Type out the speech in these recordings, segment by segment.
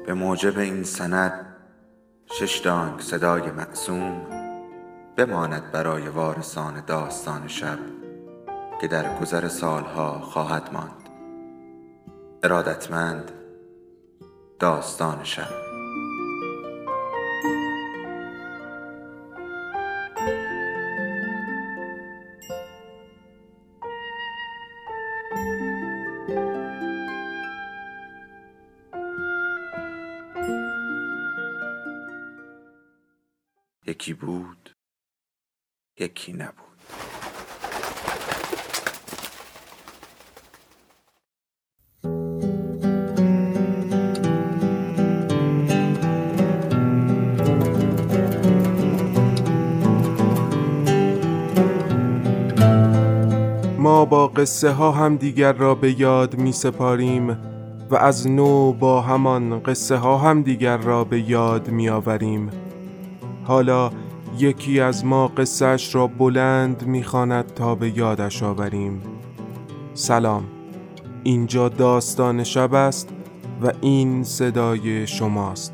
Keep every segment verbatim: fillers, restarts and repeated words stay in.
به موجب این سند شش دانگ صدای معصوم بماند برای وارثان داستان شب که در گذر سالها خواهد ماند. ارادتمند، داستان شب. یکی بود، یکی نبود. ما با قصه ها هم دیگر را به یاد می سپاریم و از نو با همان قصه ها هم دیگر را به یاد می آوریم. حالا یکی از ما قصهش را بلند می خواند تا به یادش آوریم. سلام، اینجا داستان شب است و این صدای شماست.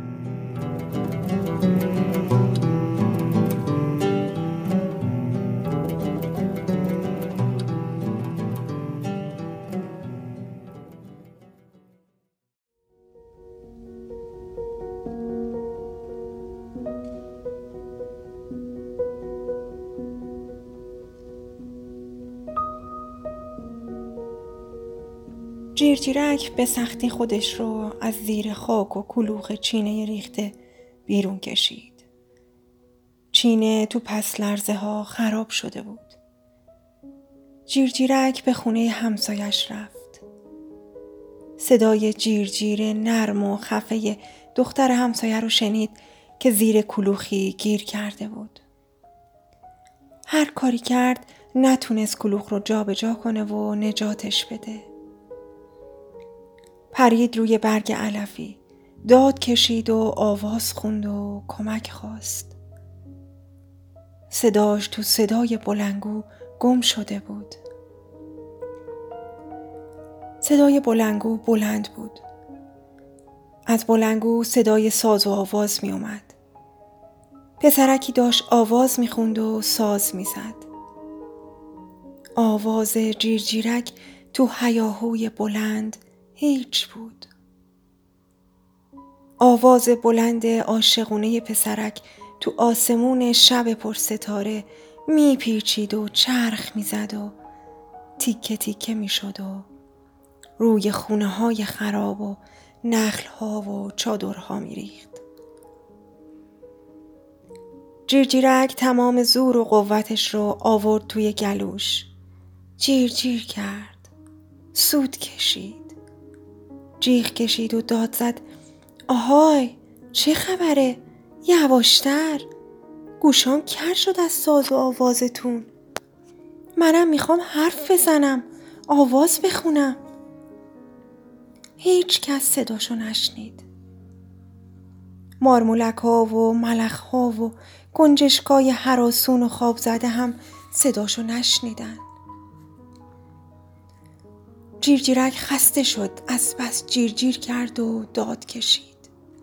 جیرجیرک به سختی خودش رو از زیر خاک و کلوخ چینه ریخته بیرون کشید. چینه تو پس لرزه ها خراب شده بود. جیرجیرک به خونه همسایش رفت. صدای جیرجیر نرم و خفه دختر همسایه رو شنید که زیر کلوخی گیر کرده بود. هر کاری کرد نتونست کلوخ رو جا به جا کنه و نجاتش بده. پرید روی برگ علفی، داد کشید و آواز خوند و کمک خواست. صداش تو صدای بلنگو گم شده بود. صدای بلنگو بلند بود. از بلنگو صدای ساز و آواز می اومد. پسرکی داشت آواز می خوند و ساز می زد. آواز جیرجیرک تو هیاهوی بلند هیچ بود. آواز بلند عاشقونه پسرک تو آسمون شب پر ستاره می پیچید و چرخ می زد و تیکه تیکه می شد و روی خونه های خراب و نخل ها و چادرها می ریخت. جیرجیرک تمام زور و قوتش رو آورد توی گلوش. جیرجیر کرد. سود کشید. جیغ کشید و داد زد: آهای، چه خبره؟ یواشتر، گوشام کر شد از ساز و آوازتون. منم میخوام حرف بزنم، آواز بخونم. هیچ کس صداشو نشنید. مارمولک ها و ملخ ها و گنجشکای هراسون و خواب زده هم صداشو نشنیدن. جیرجیرک خسته شد، از بس جیرجیر کرد و داد کشید.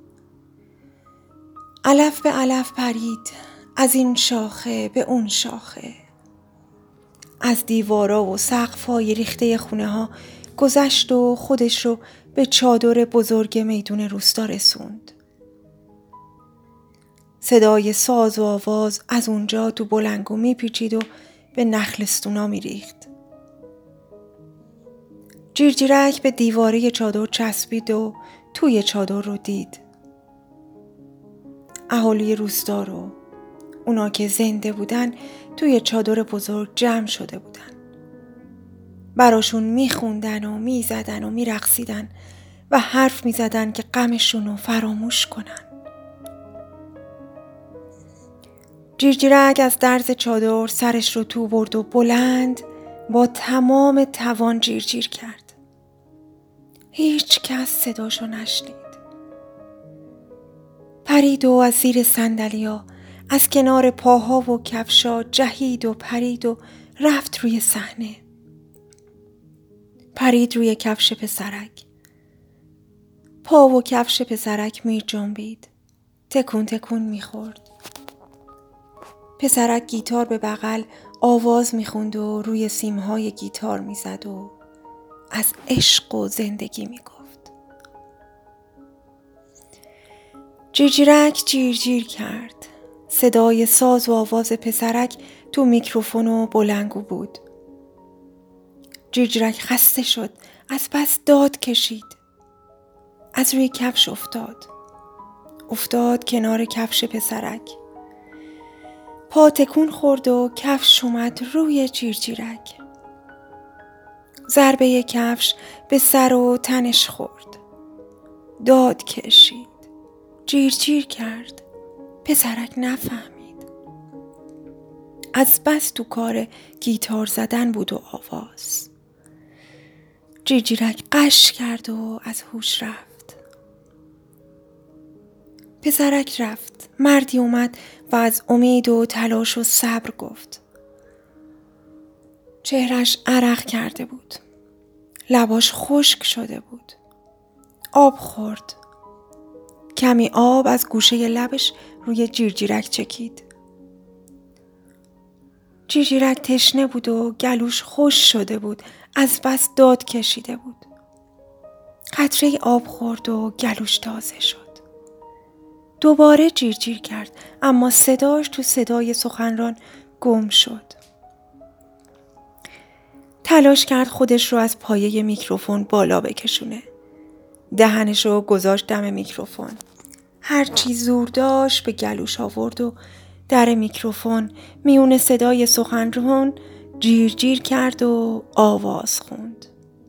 علف به علف پرید، از این شاخه به اون شاخه. از دیوارا و سقف‌های ریخته خونه ها گذشت و خودش رو به چادر بزرگ میدون روستا رسوند. صدای ساز و آواز از اونجا تو بلنگو میپیچید و به نخلستونا میریخت. جیرجیرک به دیواره چادر چسبید و توی چادر رو دید. اهالی روستا رو، اونا که زنده بودن، توی چادر بزرگ جمع شده بودن. براشون میخوندن و میزدن و میرقصیدن و حرف میزدن که غمشون رو فراموش کنن. جیرجیرک از درز چادر سرش رو تو برد و بلند با تمام توان جیرجیر کرد. هیچ کس صداشو نشنید. پرید و از زیر صندلیا، از کنار پاها و کفشا جهید و پرید و رفت روی صحنه. پرید روی کفش پسرک. پا و کفش پسرک می جنبید. تکون تکون می خورد. پسرک گیتار به بغل آواز می خوند و روی سیمهای گیتار می زد و از عشق و زندگی می گفت. جیرجیرک جیر جیر کرد. صدای ساز و آواز پسرک تو میکروفون و بلنگو بود. جیرجیرک خسته شد. از پس داد کشید. از روی کفش افتاد. افتاد کنار کفش پسرک. پا تکون خورد و کفش اومد روی جیرجیرک. ضربه کفش به سر و تنش خورد. داد کشید. جیرجیر کرد. پسرک نفهمید. از بس تو کار گیتار زدن بود و آواز. جیرجیرک قش کرد و از هوش رفت. پسرک رفت. مردی اومد و از امید و تلاش و صبر گفت. چهرش عرق کرده بود. لباش خشک شده بود. آب خورد. کمی آب از گوشه لبش روی جیرجیرک چکید. جیرجیرک تشنه بود و گلوش خشک شده بود. از بس داد کشیده بود. قطره آب خورد و گلوش تازه شد. دوباره جیرجیر کرد اما صداش تو صدای سخنران گم شد. تلاش کرد خودش رو از پایه میکروفون بالا بکشونه. دهنش رو گذاشت دم میکروفون. هر چی زور داشت به گلوش آورد و در میکروفون میون صدای سخنران جیرجیر کرد و آواز خوند.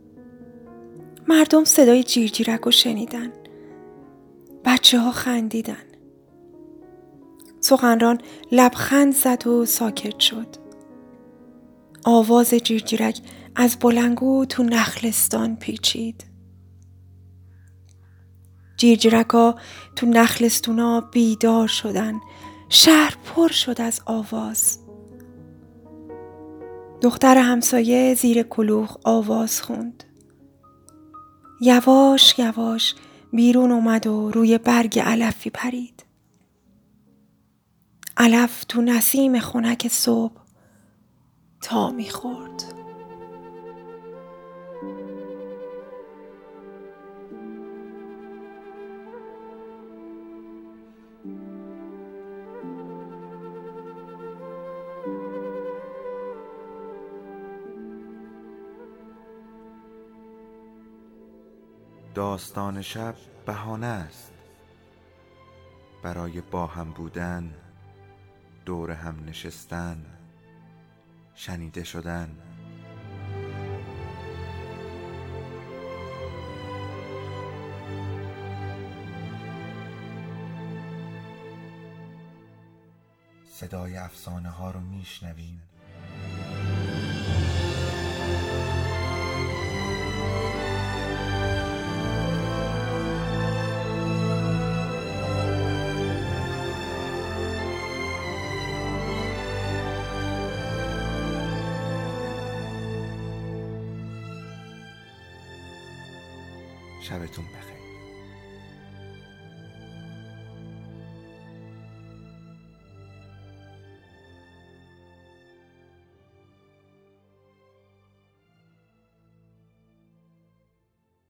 مردم صدای جیرجیرک رو شنیدن. بچه ها خندیدن. سخنران لبخند زد و ساکت شد. آواز جیرجیرک از بلنگو تو نخلستان پیچید. جیرجیرکا تو نخلستونا بیدار شدن. شهر پر شد از آواز. دختر همسایه زیر کلوخ آواز خوند. یواش یواش بیرون اومد و روی برگ علفی پرید. علف تو نسیم خنک صبح تا میخورد. داستان شب بهانه است برای با هم بودن، دور هم نشستن، شنیده شدن. صدای افسانه ها رو میشنویم. شبتون بخیر.